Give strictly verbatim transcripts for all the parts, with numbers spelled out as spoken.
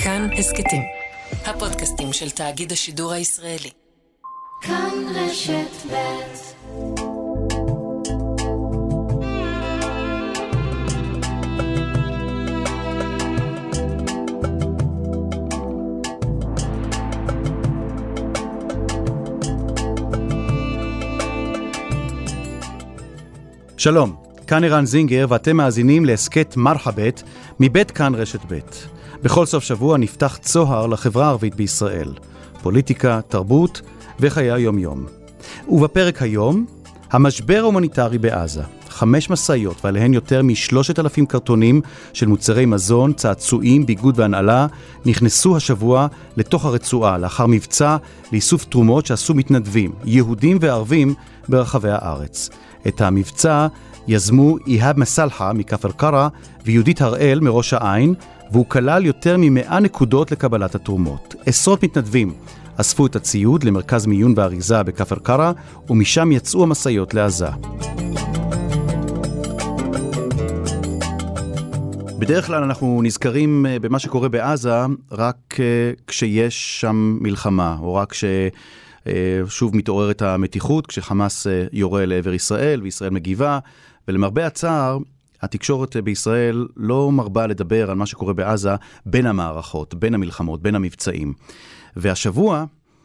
כאן הסקטים, הפודקאסטים של תאגיד השידור הישראלי. כאן רשת ב'. שלום, כאן ערן זינגר ואתם מאזינים להסקט מרחבת מבית כאן רשת בית. בכל סוף שבוע נפתח צוהר לחברה הערבית בישראל, פוליטיקה, תרבות וחיי היום-יום. ובפרק היום, המשבר ההומניטרי בעזה. חמש מסעיות ועליהן יותר משלושת אלפים קרטונים של מוצרי מזון, צעצועים, ביגוד והנעלה נכנסו השבוע לתוך הרצועה לאחר מבצע לאיסוף תרומות שעשו מתנדבים, יהודים וערבים ברחבי הארץ. את המבצע יזמו איהאב מסלחה מכפר קרע ויהודית הראל מראש העין, והוא כלל יותר ממאה נקודות לקבלת התרומות. עשרות מתנדבים אספו את הציוד למרכז מיון ואריזה בכפר קרע, ומשם יצאו המסעיות לעזה. בדרך כלל אנחנו נזכרים במה שקורה בעזה רק כשיש שם מלחמה, או רק כש... שוב מתעוררת המתיחות, כשחמאס יורה לעבר ישראל, וישראל מגיבה, ולמרבה הצער, התקשורת בישראל לא מרבה לדבר על מה שקורה בעזה בין המערכות, בין המלחמות, בין המבצעים. והשבוע,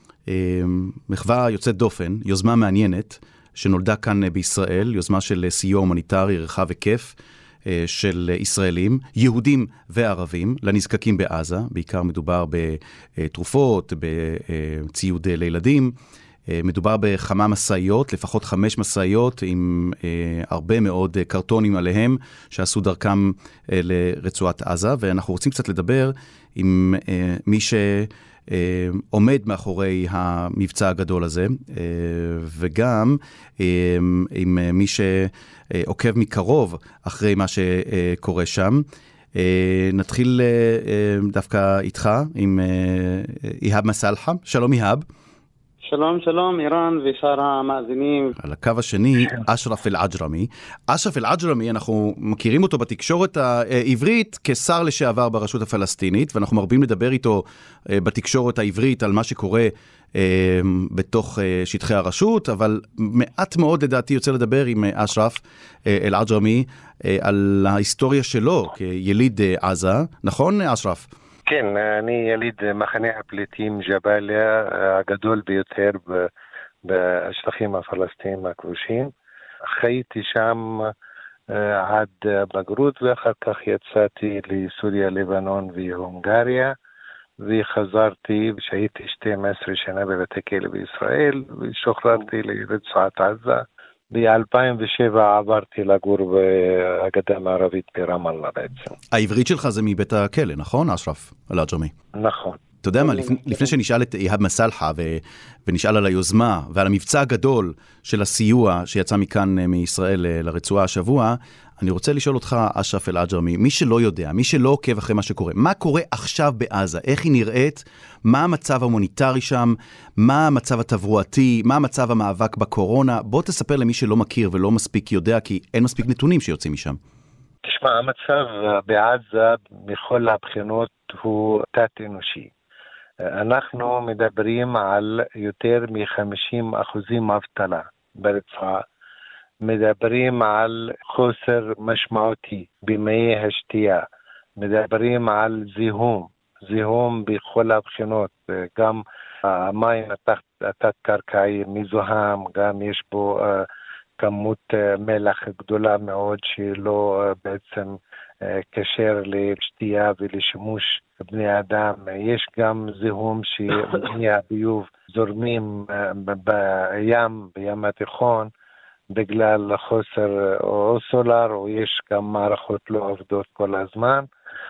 מחווה יוצאת דופן, יוזמה מעניינת, שנולדה כאן בישראל, יוזמה של סיוע הומניטרי רחב היקף, של ישראלים, יהודים וערבים, לנזקקים בעזה, בעיקר מדובר בתרופות, בציוד לילדים, מדובר בכמה מסעיות, לפחות חמש מסעיות עם הרבה מאוד קרטונים עליהם, שעשו דרכם לרצועת עזה, ואנחנו רוצים קצת לדבר עם מי שעומד מאחורי המבצע הגדול הזה, וגם עם מי שעוקב מקרוב אחרי מה שקורה שם. נתחיל דווקא איתך, עם איהאב מסלחה. שלום איהאב. שלום, שלום, אירן ושאר המאזינים. על הקו השני, אשרף אל-עג'רמי. אשרף אל-עג'רמי, אנחנו מכירים אותו בתקשורת העברית כשר לשעבר ברשות הפלסטינית, ואנחנו מרבים לדבר איתו בתקשורת העברית על מה שקורה בתוך שטחי הרשות, אבל מעט מאוד לדעתי יוצא לדבר עם אשרף אל-עג'רמי על ההיסטוריה שלו כיליד עזה. נכון, אשרף? כן, אני יליד מחנה הפליטים ג'באליה הגדול ביותר בשטחים הפלסטיניים הכבושים. חייתי שם עד בגרות, ואחר כך יצאתי לסוריה, לבנון והונגריה, וחזרתי שהייתי שתים עשרה שנה בבתי כלא בישראל, ושוחררתי לרצועת עזה. ב-אלפיים ושבע עברתי לגור בגדה המערבית ברמאללה בעצם. העברית שלך זה מבית הכלא, נכון, אשרף אל-עג'רמי? נכון. אתה יודע מה, לפני, לפני שנשאל את איהאב מסלחה ו, ונשאל על היוזמה ועל המבצע הגדול של הסיוע שיצא מכאן מישראל לרצועה השבוע, אני רוצה לשאול אותך, אשרף אל-עג'רמי, מי שלא יודע, מי שלא עוקב אחרי מה שקורה, מה קורה עכשיו בעזה? איך היא נראית? מה המצב ההומניטרי שם? מה המצב התברואתי? מה המצב המאבק בקורונה? בוא תספר למי שלא מכיר ולא מספיק יודע, כי אין מספיק נתונים שיוצאים משם. תשמע, המצב בעזה מכל הבחינות הוא תת-אנושי. אנחנו מדברים על יותר מ-חמישים אחוזים אבטלה ברצועה. מדברים על חוסר משמעותי במי השתייה, מדברים על זיהום, זיהום בכל הבחינות, גם המים התת-קרקעי מזוהם, גם יש בו uh, כמות uh, מלח גדולה מאוד שלא uh, בעצם uh, קשר לשתייה ולשימוש בני אדם. יש גם זיהום שמי הביוב זורמים uh, בים, בים התיכון, בגלל חוסר או סולר, או יש גם מערכות לא עובדות כל הזמן,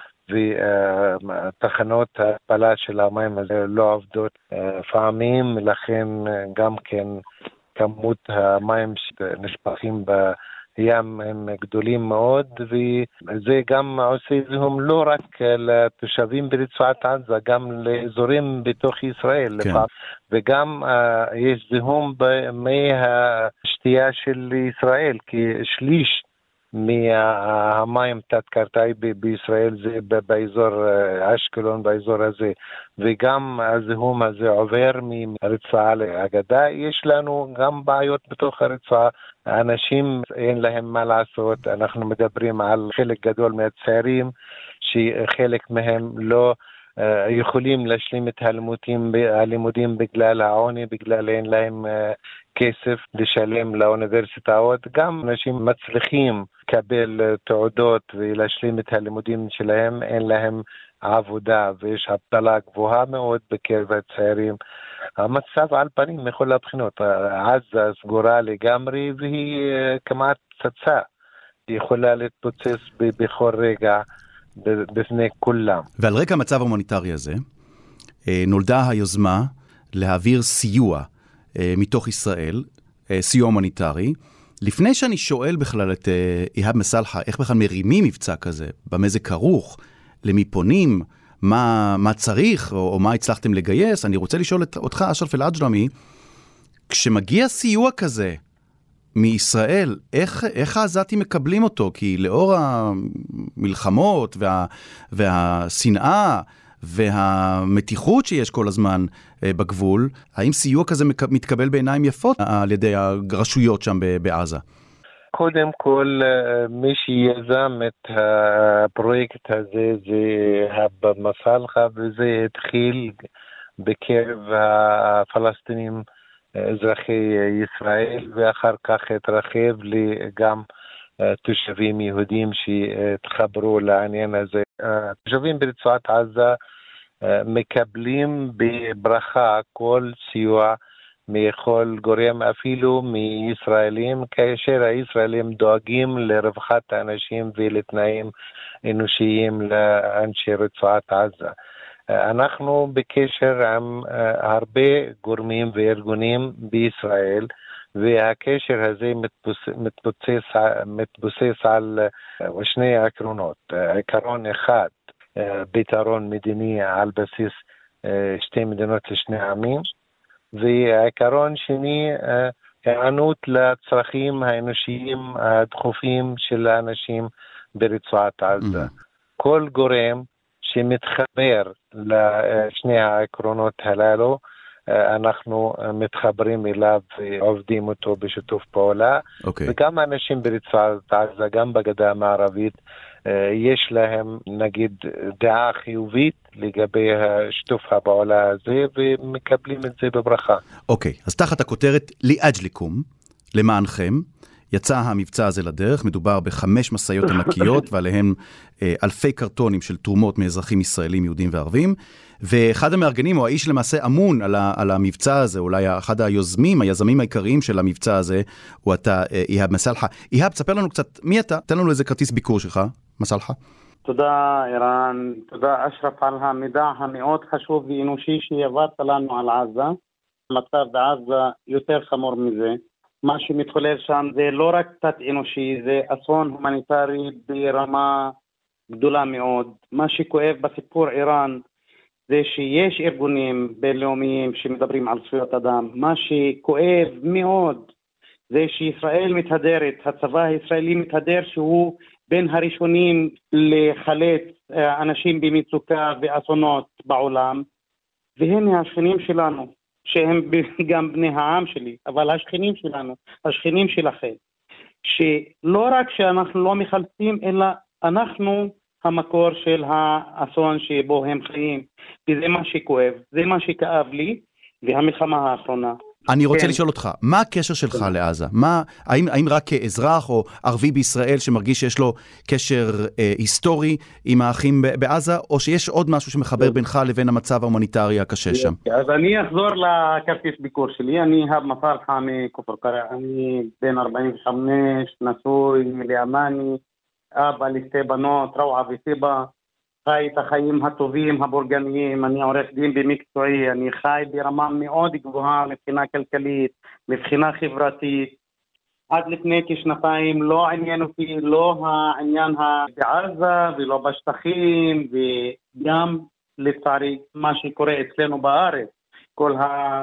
ותחנות ההתפלה של המים הזה לא עובדות פעמים, לכן גם כן כמות המים שנשפכים בים הם גדולים מאוד, וזה גם עושה זיהום לא רק לתושבים ברצועת עזה, גם לאזורים בתוך ישראל, כן. וגם uh, יש זיהום במי השתייה של ישראל, כי שליש מהמים תת-קרקעי בישראל, זה באזור אשקלון, באזור הזה, וגם הזיהום הזה עובר מרצועה לגדה. יש לנו גם בעיות בתוך הרצועה, האנשים אין להם מה לעשות. אנחנו מדברים על חלק גדול מהצעירים שחלק מהם לא יכולים להשלים את הלימודים, הלימודים בגלל העוני, בגלל אין להם כסף לשלם לאוניברסיטאות. גם אנשים מצליחים לקבל תעודות ולהשלים את הלימודים שלהם, אין להם עבודה, ויש אבטלה גבוהה מאוד בקרב הצעירים. המצב על פנים מכל הבחינות. עזה סגורה לגמרי והיא כמעט פצצה, היא יכולה להתפוצץ בכל רגע בפני כולם. ועל רקע המצב ההומניטרי הזה, נולדה היוזמה להעביר סיוע מתוך ישראל, סיוע הומניטרי. לפני שאני שואל בכלל את איהאב מסלחה, איך בכלל מרימים מבצע כזה, במה זה כרוך, למי פונים, מה, מה צריך, או, או מה הצלחתם לגייס, אני רוצה לשאול אותך, אשרף אל-עג'רמי, כשמגיע סיוע כזה מישראל, איך, איך העזתים מקבלים אותו? כי לאור המלחמות וה, והשנאה והמתיחות שיש כל הזמן בגבול, האם סיוע כזה מתקבל בעיניים יפות על ידי הרשויות שם בעזה? קודם כל, מי שיזם את הפרויקט הזה זה האבא מסלחה, וזה התחיל בקרב הפלסטינים אזרחי ישראל, ואחר כך התרחב גם תושבים יהודים שהתחברו לעניין הזה. התושבים ברצועת עזה מקבלים בברכה כל סיוע מכל גורם, אפילו מישראלים, כאשר הישראלים דואגים לרווחת האנשים ולתנאים אנושיים לאנשי רצועת עזה. אנחנו בקשר עם הרבה גורמים וארגונים בישראל, והקשר הזה מתבוסס, מתבוסס על שני עקרונות. עקרון אחד, פתרון מדיני על בסיס שתי מדינות לשני עמים, ועקרון שני, הענות לצרכים האנושיים הדחופים של האנשים ברצועת עזה. כל גורם שמתחבר לשני העקרונות הללו, אנחנו מתחברים אליו ועובדים אותו בשיתוף פעולה. Okay. וגם אנשים ברצועת עזה, גם בגדה המערבית, יש להם נגיד דעה חיובית לגבי השיתוף הפעולה הזה, ומקבלים את זה בברכה. אוקיי, okay. אז תחת הכותרת לאג'ליקום, למענכם, יצא המבצע הזה לדרך. מדובר בחמש מסעיות ענקיות, ועליהם אה, אלפי קרטונים של תרומות מאזרחים ישראלים, יהודים וערבים. ואחד המארגנים, או האיש למעשה אמון על, ה, על המבצע הזה, אולי אחד היוזמים, היזמים העיקריים של המבצע הזה, הוא אתה, אה, איהאב מסלחה. איהאב, תספר לנו קצת, מי אתה? תן לנו איזה כרטיס ביקור שלך, מסלחה. תודה, אירן. תודה, אשרף, על המידע המאוד חשוב ואנושי שהעברת לנו על עזה. המצב בעזה יותר חמור מזה. מה שמתחולל שם זה לא רק תת אנושי, זה אסון הומניטרי ברמה גדולה מאוד. מה שכואב בסיפור איראן זה שיש ארגונים בינלאומיים שמדברים על זכויות אדם. מה שכואב מאוד זה שישראל מתהדרת, הצבא הישראלי מתהדר שהוא בין הראשונים לחלץ אנשים במצוקה ואסונות בעולם, והנה השכנים שלנו, שהם גם בני העם שלי, אבל השכנים שלנו, השכנים שלכם, שלא רק שאנחנו לא מחלצים, אלא אנחנו המקור של האסון שבו הם חיים, וזה מה שכואב, זה מה שכאב לי, והמלחמה האחרונה. אני רוצה לשאול אותך, מה הקשר שלך לעזה? מה, האם, האם רק כאזרח או ערבי בישראל שמרגיש שיש לו קשר אה, היסטורי עם האחים בעזה, או שיש עוד משהו שמחבר בינך לבין המצב ההומניטרי הקשה שם? אז אני אחזור לכרטיס ביקור שלי. אני איהאב מסלחה מכפר קרע. אני בן ארבעים וחמש, נשוי לאמני, אבא לשתי בנות, רועה וסיבה. חי את החיים הטובים, הבורגניים. אני עורך דין במקצועי, אני חי ברמה מאוד גבוהה מבחינה כלכלית, מבחינה חברתית. עד לפני כשנתיים לא עניין אותי, לא העניין בעזה ולא בשטחים, וגם לצערי מה שקורה אצלנו בארץ, כל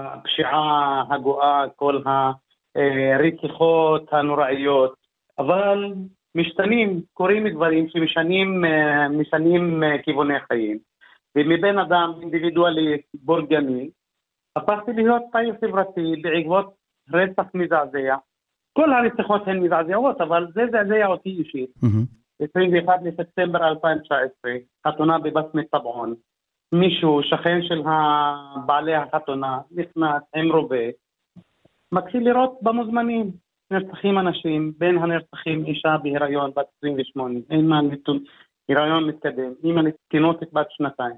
הפשיעה הגואה, כל הרציחות הנוראיות. אבל משתנים, קוראים דברים שמשנים משנים כיווני חיים. ומבין אדם אינדיבידואלי בורגני, הפכתי להיות פעיל חברתי בעקבות רצח מזעזע. כל הרציחות הן מזעזעות, אבל זה זעזע אותי אישית. עשרים ואחד לספטמבר אלפיים תשע עשרה, חתונה בבסמת טבעון. מישהו, שכן של בעלי החתונה, נכנס עם רובה, מתחיל לראות במוזמנים. נרצחים אנשים, בין הנרצחים אישה בהיריון בת עשרים ושמונה, אין מה נתון, היריון מתקדם, אימא לתינוקת בת שנתיים.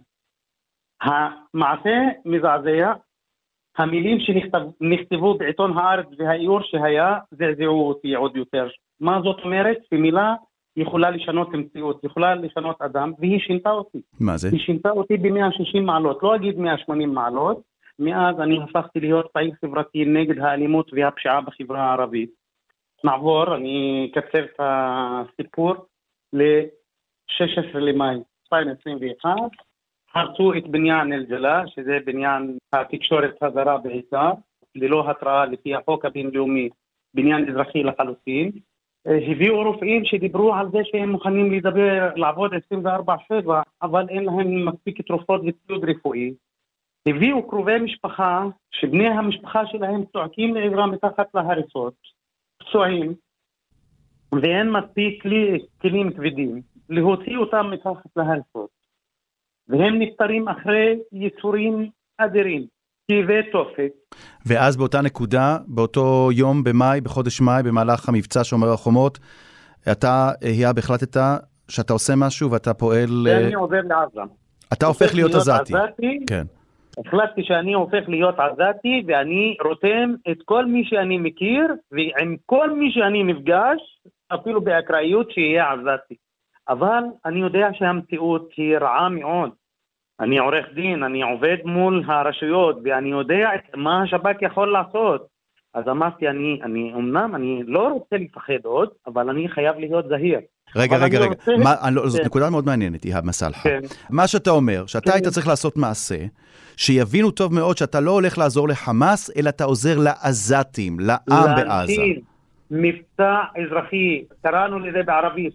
המעשה מזעזע, המילים שנכתבו בעיתון הארץ והאיור שהיה, זעזעו אותי עוד יותר. מה זאת אומרת? שמילה יכולה לשנות מציאות, יכולה לשנות אדם, והיא שינתה אותי. מה זה? היא שינתה אותי ב-מאה ושישים מעלות, לא אגיד מאה ושמונים מעלות. מאז אני הפכתי להיות פעיל חברתי נגד האלימות והפשיעה בחברה הערבית. נעבור, אני אקצר את הסיפור ל-שישה עשר למאי אלפיים עשרים ואחת, הרסו את בניין אל-ג'לה, שזה בניין התקשורת הזרה בעיקר, ללא התראה לפי החוק הבינלאומי, בניין אזרחי לחלוטין. הביאו רופאים שדיברו על זה שהם מוכנים לדבר, לעבוד עשרים וארבע שבע, אבל אין להם מספיק תרופות וציוד רפואי. הביאו קרובי משפחה, שבני המשפחה שלהם צועקים לעברם מתחת להריסות, פצועים, ואין מספיק כלים כבדים, להוציא אותם מתחת להריסות. והם נפטרים אחרי יצורים אדירים, כאבי תופת. ואז באותה נקודה, באותו יום במאי, בחודש מאי, במהלך המבצע שומר החומות, אתה היה בהחלטת שאתה עושה משהו ואתה פועל... ואני עובר לעזה. אתה הופך להיות עזתי. כן. החלטתי שאני הופך להיות עזתי, ואני רותם את כל מי שאני מכיר, ועם כל מי שאני נפגש, אפילו באקראיות שיהיה עזתי. אבל אני יודע שהמציאות היא רעה מאוד. אני עורך דין, אני עובד מול הרשויות, ואני יודע מה השב"כ יכול לעשות. אז אמרתי, אני, אני, אמנם אני לא רוצה לפחד עוד, אבל אני חייב להיות זהיר. רגע, רגע, רגע. רוצה... מה, לא, כן. זאת נקודה מאוד מעניינת, איהאב מסאלחה. כן. מה שאתה אומר, שאתה כן. היית צריך לעשות מעשה, שיבינו טוב מאוד שאתה לא הולך לעזור לחמאס, אלא אתה עוזר לעזתים, לעם בעזה. מבצע אזרחי, קראנו לזה בערבית,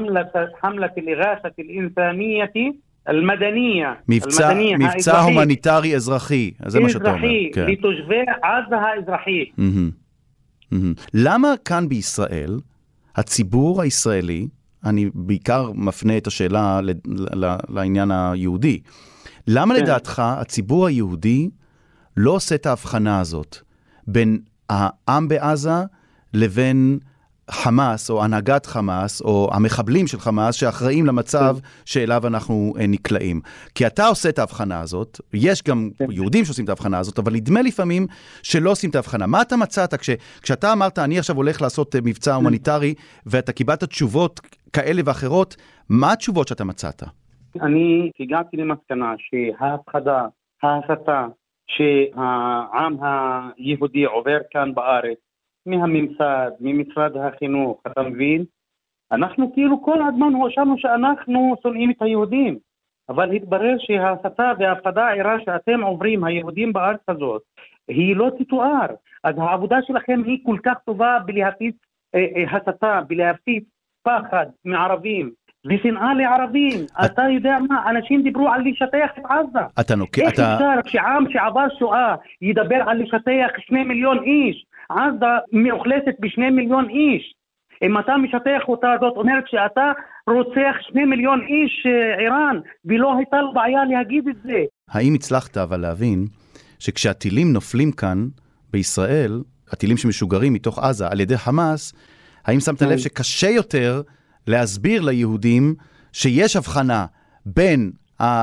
חמלת אל-איגאסה אל-אינסאנייה המדניה. מבצע, מבצע הומניטרי אזרחי, זה מה שאתה אומר. אזרחי, כן. לתושבי עזה האזרחי. Mm-hmm. Mm-hmm. למה כאן בישראל, הציבור הישראלי, אני בעיקר מפנה את השאלה לעניין היהודי, למה כן. לדעתך הציבור היהודי לא עושה את ההבחנה הזאת בין העם בעזה לבין חמאס או הנהגת חמאס או המחבלים של חמאס שאחראים למצב כן. שאליו אנחנו נקלעים? כי אתה עושה את ההבחנה הזאת, יש גם כן. יהודים שעושים את ההבחנה הזאת, אבל נדמה לפעמים שלא עושים את ההבחנה. מה אתה מצאת כש, כשאתה אמרת אני עכשיו הולך לעשות מבצע הומניטרי ואתה קיבלת תשובות כאלה ואחרות, מה התשובות שאתה מצאת? אני הגעתי למסקנה שההפחדה, ההסתה שהעם היהודי עובר כאן בארץ, מהממסד, ממשרד החינוך, אתה מבין? אנחנו כאילו כל הזמן הואשמנו שאנחנו שונאים את היהודים, אבל התברר שההסתה וההפחדה העירה שאתם עוברים, היהודים בארץ הזאת, היא לא תתואר. אז העבודה שלכם היא כל כך טובה בלהפיץ אה, אה, הסתה, בלהפיץ פחד מערבים, ושנאה לערבים. אתה יודע מה, אנשים דיברו על לשטח את עזה. אתה נוקע, איך אפשר כשעם שעבר שואה ידבר על לשטח שני מיליון איש? עזה מאוכלסת בשני מיליון איש. אם אתה משטח אותה, זאת אומרת שאתה רוצח שני מיליון איש איראן, ולא הייתה לו בעיה להגיד את זה. האם הצלחת אבל להבין שכשהטילים נופלים כאן בישראל, הטילים שמשוגרים מתוך עזה על ידי חמאס, האם שמת לב שקשה יותר להסביר ליהודים שיש הבחנה בין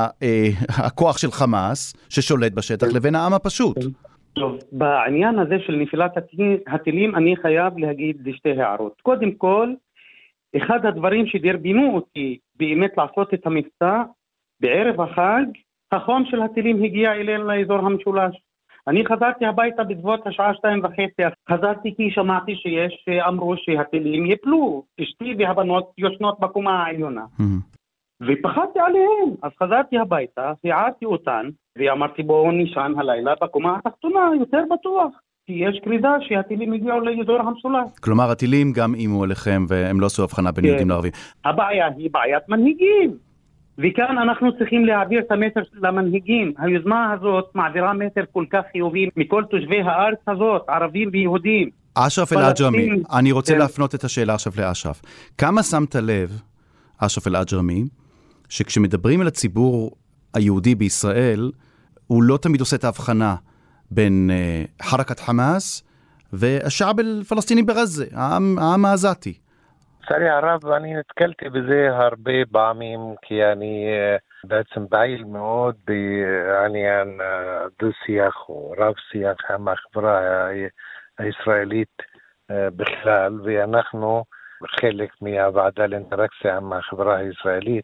הכוח של חמאס ששולט בשטח לבין העם הפשוט? טוב, בעניין הזה של נפילת הטילים אני חייב להגיד שתי הערות. קודם כל, אחד הדברים שדרבנו אותי באמת לעשות את המבצע, בערב החג, החום של הטילים הגיע אלינו לאזור המשולש. אני חזרתי הביתה בסביבות השעה שתיים וחצי, חזרתי כי שמעתי שיש, אמרו שהטילים יפלו, אשתי והבנות יושנות בקומה העליונה. ופחדתי עליהם, אז חזרתי הביתה, הערתי אותן, ואמרתי בואו נשען הלילה בקומה התחתונה, יותר בטוח. כי יש קרידה שהטילים הגיעו לאזור המשולש. כלומר, הטילים גם אימו עליכם, והם לא עשו הבחנה בין יהודים לערבים. הבעיה היא בעיית מנהיגים. וכאן אנחנו צריכים להעביר את המסר למנהיגים. היוזמה הזאת מעבירה מסר כל כך חיובי מכל תושבי הארץ הזאת, ערבים ויהודים. אשרף אל-אג'רמי, אני רוצה להפנות את השאלה עכשיו לאשרף. כמה שמת לב, אשרף אל-אג'רמי, שכשמדברים על הציבור היהודי בישראל, הוא לא תמיד עושה את ההבחנה בין uh, חרקת חמאס והשעב הפלסטיני בעזה, העם, העם העזתי. לצערי הרב, אני נתקלתי בזה הרבה פעמים, כי אני uh, בעצם פעיל מאוד בעניין uh, דו-שיח או רב-שיח עם החברה הישראלית uh, בכלל, ואנחנו חלק מהוועדה לאינטראקציה עם החברה הישראלית,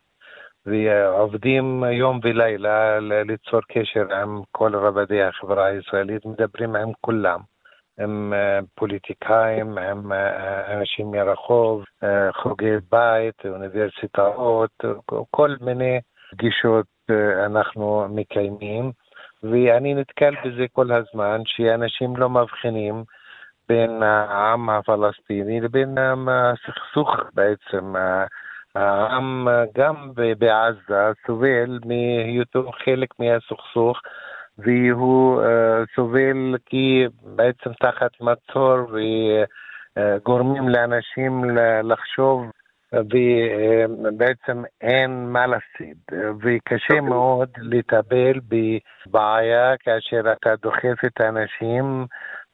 ועובדים יום ולילה ליצור קשר עם כל רבדי החברה הישראלית, מדברים עם כולם, עם פוליטיקאים, עם אנשים מרחוב, חוגי בית, אוניברסיטאות, כל מיני פגישות אנחנו מקיימים, ואני נתקל בזה כל הזמן, שאנשים לא מבחינים בין העם הפלסטיני לבין הסכסוך בעצם. העם גם בעזה סובל מהיותו חלק מהסכסוך, והוא סובל כי בעצם תחת מצור וגורמים לאנשים לחשוב, ובעצם אין מה להפסיד, וקשה מאוד לטפל בבעיה כאשר אתה דוחף את האנשים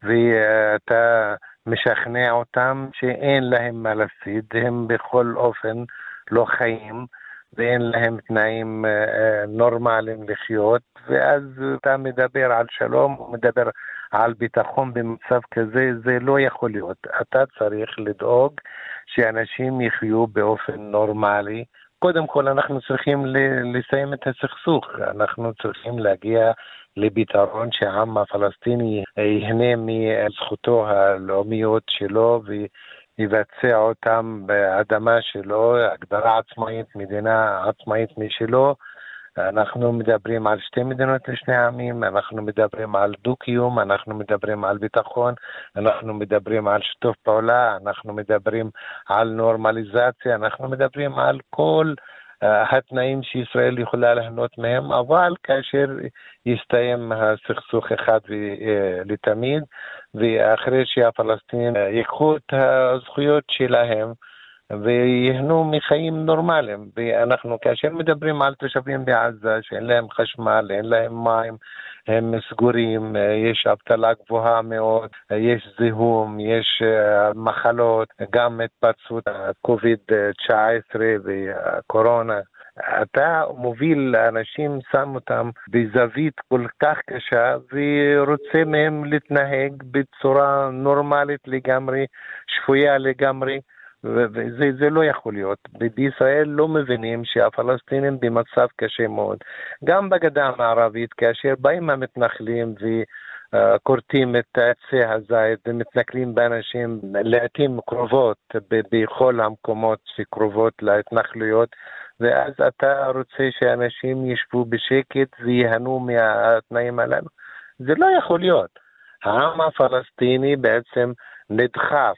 ואתה משכנע אותם שאין להם מה להפסיד, הם בכל אופן לא חיים ואין להם תנאים נורמליים לחיות, ואז אתה מדבר על שלום, מדבר על ביטחון במצב כזה, זה לא יכול להיות. אתה צריך לדאוג שאנשים יחיו באופן נורמלי. קודם כל אנחנו צריכים לסיים את הסכסוך, אנחנו צריכים להגיע לפתרון שהעם הפלסטיני יהנה מזכותו הלאומיות שלו ויבצע אותם באדמה שלו, הגדרה עצמאית, מדינה עצמאית משלו. אנחנו מדברים על שתי מדינות לשני העמים, אנחנו מדברים על דו-קיום, אנחנו מדברים על ביטחון, אנחנו מדברים על שיתוף פעולה, אנחנו מדברים על נורמליזציה, אנחנו מדברים על כל התנאים שישראל יכולה ליהנות מהם, אבל כאשר יסתיים הסכסוך אחד ולתמיד, ואחרי שהפלסטינים ייקחו את הזכויות שלהם ויהנו מחיים נורמליים. ואנחנו כאשר מדברים על תושבים בעזה שאין להם חשמל, אין להם מים, הם סגורים, יש אבטלה גבוהה מאוד, יש זיהום, יש מחלות, גם התפרצות קוביד תשע עשרה והקורונה. אתה מוביל לאנשים, שם אותם בזווית כל כך קשה ורוצה מהם להתנהג בצורה נורמלית לגמרי, שפויה לגמרי, וזה זה לא יכול להיות. בישראל לא מבינים שהפלסטינים במצב קשה מאוד. גם בגדה המערבית, כאשר באים המתנחלים וקורטים את עצי הזית ומתנכלים באנשים לעתים קרובות בכל המקומות שקרובות להתנחלויות, ואז אתה רוצה שאנשים ישבו בשקט ויהנו מהתנאים הללו. זה לא יכול להיות. העם הפלסטיני בעצם נדחף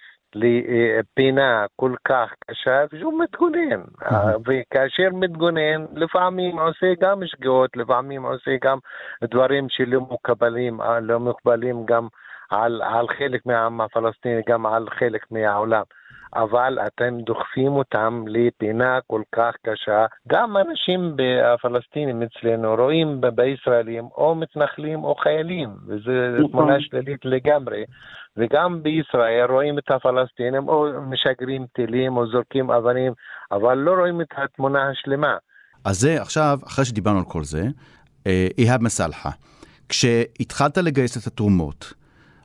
לפינה כל כך קשה, והוא מתגונן. וכאשר מתגונן, לפעמים עושה גם שגיאות, לפעמים עושה גם דברים שלא מקובלים, לא מקובלים גם על, על חלק מהעם הפלסטיני, גם על חלק מהעולם. אבל אתם דוחפים אותם לפינה כל כך קשה. גם אנשים הפלסטינים אצלנו רואים בישראלים או מתנחלים או חיילים, וזו תמונה שלילית לגמרי. וגם בישראל רואים את הפלסטינים או משגרים טילים או זורקים אבנים, אבל לא רואים את התמונה השלמה. אז זה עכשיו, אחרי שדיברנו על כל זה, איהאב מסלחה, כשהתחלת לגייס את התרומות,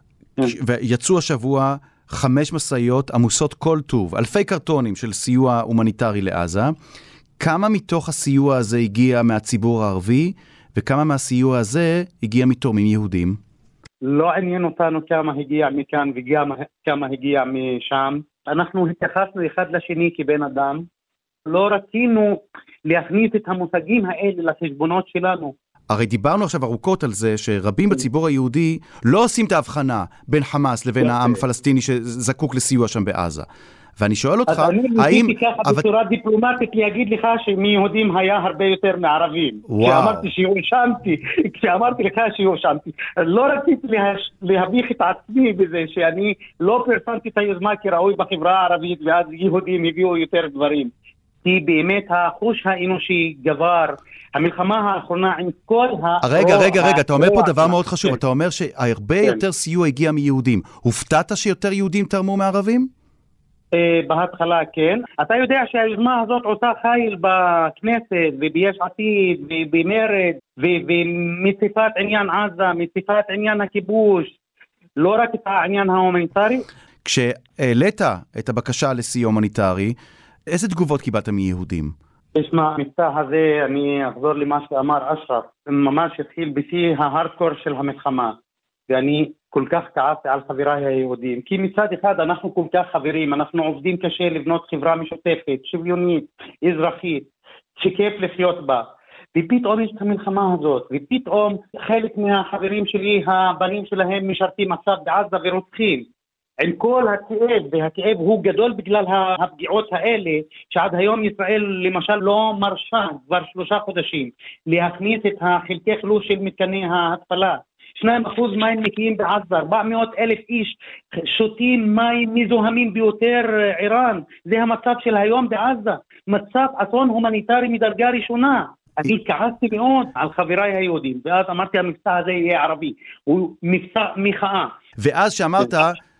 ויצאו השבוע חמש מסעיות עמוסות כל טוב, אלפי קרטונים של סיוע הומניטרי לעזה, כמה מתוך הסיוע הזה הגיע מהציבור הערבי, וכמה מהסיוע הזה הגיע מתורמים יהודים? לא עניין אותנו כמה הגיע מכאן וכמה הגיע משם. אנחנו התייחסנו אחד לשני כבן אדם. לא רצינו להכניס את המושגים האלה לחשבונות שלנו. הרי דיברנו עכשיו ארוכות על זה שרבים בציבור היהודי לא עושים את ההבחנה בין חמאס לבין העם הפלסטיני שזקוק לסיוע שם בעזה. ואני שואל אותך, האם... אני ניסיתי ככה אבל... בצורה דיפלומטית להגיד לך שמיהודים היה הרבה יותר מערבים. כשאמרתי שיושמתי, כשאמרתי לך שיושמתי. לא רציתי לה... להביך את עצמי בזה שאני לא פרסמתי את היוזמה כראוי בחברה הערבית, ואז יהודים הביאו יותר דברים. כי באמת החוש האנושי גבר, המלחמה האחרונה עם כל ה... רגע, רגע, רגע, אתה אומר פה דבר מאוד חשוב, אתה אומר שהרבה יותר סיוע הגיע מיהודים. הופתעת שיותר יהודים תרמו מערבים? בהתחלה כן. אתה יודע שהיוזמה הזאת עושה חיל בכנסת וביש עתיד ובמרד ומציפת עניין עזה, מציפת עניין הכיבוש, לא רק את העניין ההומניטרי. כשהעלית את הבקשה לסיוע הומניטרי, איזה תגובות קיבלת מיהודים? תשמע, המבצע הזה, אני אחזור למה שאמר אשרף, ממש התחיל בשיא ההארדקור של המלחמה, ואני כל כך כעסתי על חבריי היהודים, כי מצד אחד אנחנו כל כך חברים, אנחנו עובדים קשה לבנות חברה משותפת, שוויונית, אזרחית, שכיף לחיות בה, ופתאום יש את המלחמה הזאת, ופתאום חלק מהחברים שלי, הבנים שלהם משרתים עכשיו בעזה ורוצחים, עם כל הכאב, והכאב הוא גדול בגלל הפגיעות האלה, שעד היום ישראל למשל לא מרשה כבר שלושה חודשים להכניס את החלקי חילוף של מתקני ההתפלה. שניים אחוז מים נקיים בעזה, ארבע מאות אלף איש שותים מים מזוהמים ביותר איראן. זה המצב של היום בעזה, מצב אסון הומניטרי מדרגה ראשונה. אני כעסתי מאוד על חבריי היהודים, ואז אמרתי המבצע הזה יהיה ערבי, הוא מבצע מחאה. ואז שאמרת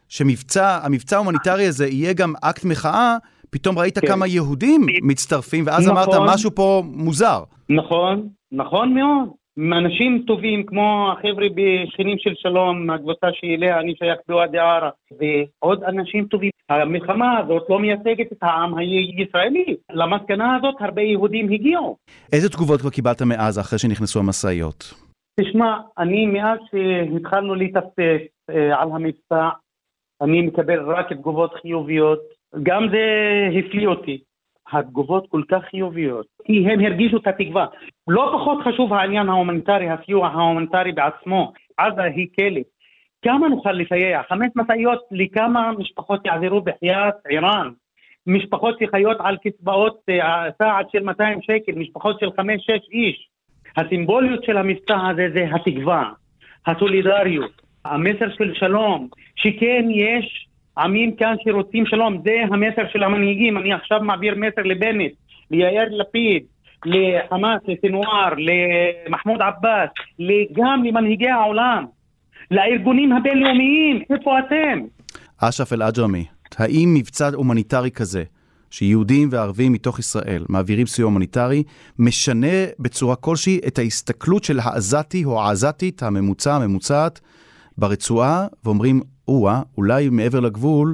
שמבצע, המבצע ההומניטרי הזה יהיה גם אקט מחאה, פתאום ראית כן. כמה יהודים מצטרפים, ואז נכון. אמרת משהו פה מוזר. נכון, נכון מאוד. אנשים טובים כמו החבר'ה בשכנים של שלום, הקבוצה שאליה אני שייך בוואדי עארה, ועוד אנשים טובים. המלחמה הזאת לא מייצגת את העם הישראלי. למסקנה הזאת הרבה יהודים הגיעו. איזה תגובות כבר קיבלת מאז אחרי שנכנסו המסעיות? תשמע, אני מאז שהתחלנו להתאפס על המבצע, אני מקבל רק תגובות חיוביות. גם זה הפליא אותי. התגובות כל כך חיוביות, כי הם הרגישו את התקווה. לא פחות חשוב העניין ההומניטרי, הסיוע ההומניטרי בעצמו. עזה היא כלא. כמה נוכל לסייע? חמש מסעיות לכמה משפחות יעזרו בחיית איראן. משפחות שחיות על קצבאות סעד של מאתיים שקל, משפחות של חמש שש איש. הסימבוליות של המבצע הזה זה התקווה, הסולידריות, המסר של שלום, שכן יש עמים כאן שרוצים שלום, זה המסר של המנהיגים. אני עכשיו מעביר מסר לבנט, ליאיר לפיד, לחמאס, לסנואר, למחמוד עבאס, גם למנהיגי העולם, לארגונים הבינלאומיים. איפה אתם? אשרף אל-עג'רמי, האם מבצע הומניטרי כזה, שיהודים וערבים מתוך ישראל מעבירים סיוע הומניטרי, משנה בצורה כלשהי את ההסתכלות של העזתי או העזתית, הממוצע, הממוצעת, ברצועה, ואומרים, אוה, אולי מעבר לגבול,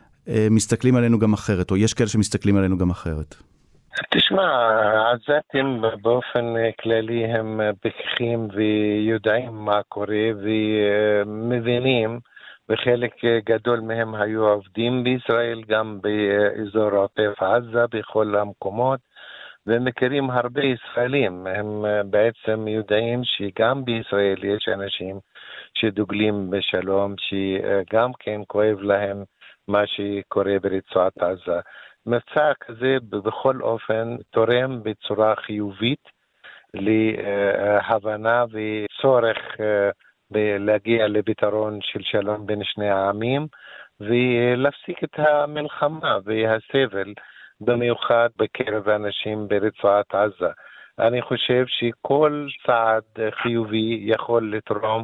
מסתכלים עלינו גם אחרת, או יש כאלה שמסתכלים עלינו גם אחרת? תשמע, העזתים באופן כללי הם בקחים ויודעים מה קורה ומבינים, וחלק גדול מהם היו עובדים בישראל, גם באזור עוטף עזה, בכל המקומות, ומכירים הרבה ישראלים. הם בעצם יודעים שגם בישראל יש אנשים שדוגלים בשלום, שגם כן כואב להם מה שקורה ברצועת עזה. מבצע כזה בכל אופן תורם בצורה חיובית להבנה וצורך להגיע לפתרון של שלום בין שני העמים, ולהפסיק את המלחמה והסבל, במיוחד בקרב האנשים ברצועת עזה. אני חושב שכל צעד חיובי יכול לתרום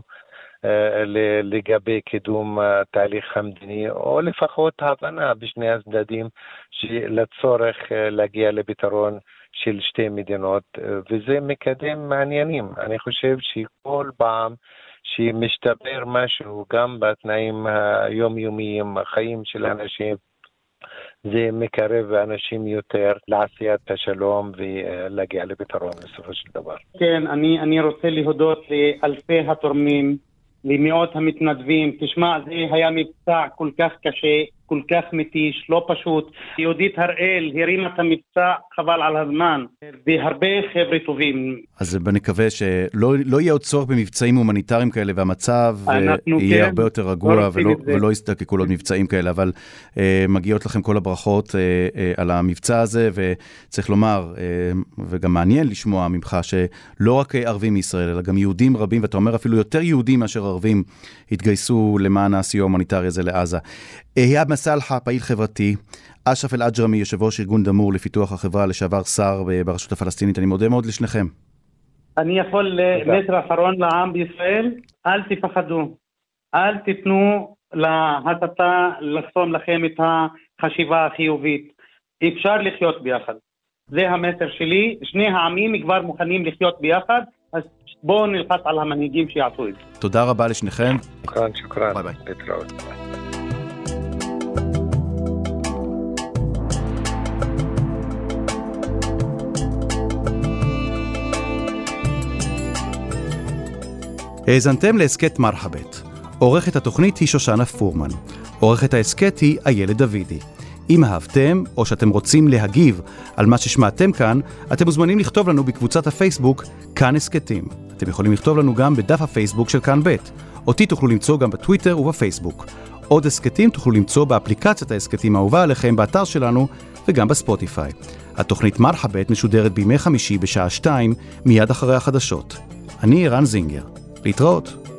לגבי קידום התהליך המדיני, או לפחות הבנה בשני הצדדים לצורך להגיע לפתרון של שתי מדינות, וזה מקדם מעניינים. אני חושב שכל פעם שמשתפר משהו, גם בתנאים היומיומיים, החיים של אנשים, זה מקרב אנשים יותר לעשיית השלום ולהגיע לפתרון בסופו של דבר. כן, אני, אני רוצה להודות לאלפי התורמים, למאות המתנדבים. תשמע, זה היה מבצע כל כך קשה, כל כך מתיש, לא פשוט. יהודית הראל הרימה את המבצע חבל על הזמן, והרבה חבר'ה טובים. אז נקווה שלא לא יהיה עוד צורך במבצעים הומניטריים כאלה, והמצב יהיה כן, הרבה יותר רגוע, ולא, ולא יסתכלו עוד מבצעים כאלה, אבל אה, מגיעות לכם כל הברכות אה, אה, על המבצע הזה, וצריך לומר, אה, וגם מעניין לשמוע ממך, שלא רק ערבים מישראל, אלא גם יהודים רבים, ואתה אומר אפילו יותר יהודים מאשר ערבים, התגייסו למען הסיוע ההומניטרי הזה לעזה. איהאב מסאלחה, פעיל חברתי, אשרף אל-אג'רמי, יושב ראש ארגון דמור לפיתוח החברה, לשעבר שר ברשות הפלסטינית, אני מודה מאוד לשניכם. אני יכול מסר אחרון לעם בישראל, אל תפחדו, אל תיתנו להסתה לחסום לכם את החשיבה החיובית, אפשר לחיות ביחד, זה המסר שלי, שני העמים כבר מוכנים לחיות ביחד, אז בואו נלחץ על המנהיגים שיעשו את זה. תודה רבה לשניכם. שוקרן, שוקרן. ביי ביי. להתראות. האזנתם להסקט מרחבת. עורכת התוכנית היא שושנה פורמן. עורכת ההסקט היא איילת דוידי. אם אהבתם או שאתם רוצים להגיב על מה ששמעתם כאן, אתם מוזמנים לכתוב לנו בקבוצת הפייסבוק כאן הסקטים. אתם יכולים לכתוב לנו גם בדף הפייסבוק של כאן ב'. אותי תוכלו למצוא גם בטוויטר ובפייסבוק. עוד הסקטים תוכלו למצוא באפליקציית ההסקטים האהובה עליכם באתר שלנו וגם בספוטיפיי. התוכנית מרחבת משודרת בימי חמישי בשעה שתיים מיד אחרי החדשות. אני ערן זינגר. להתראות.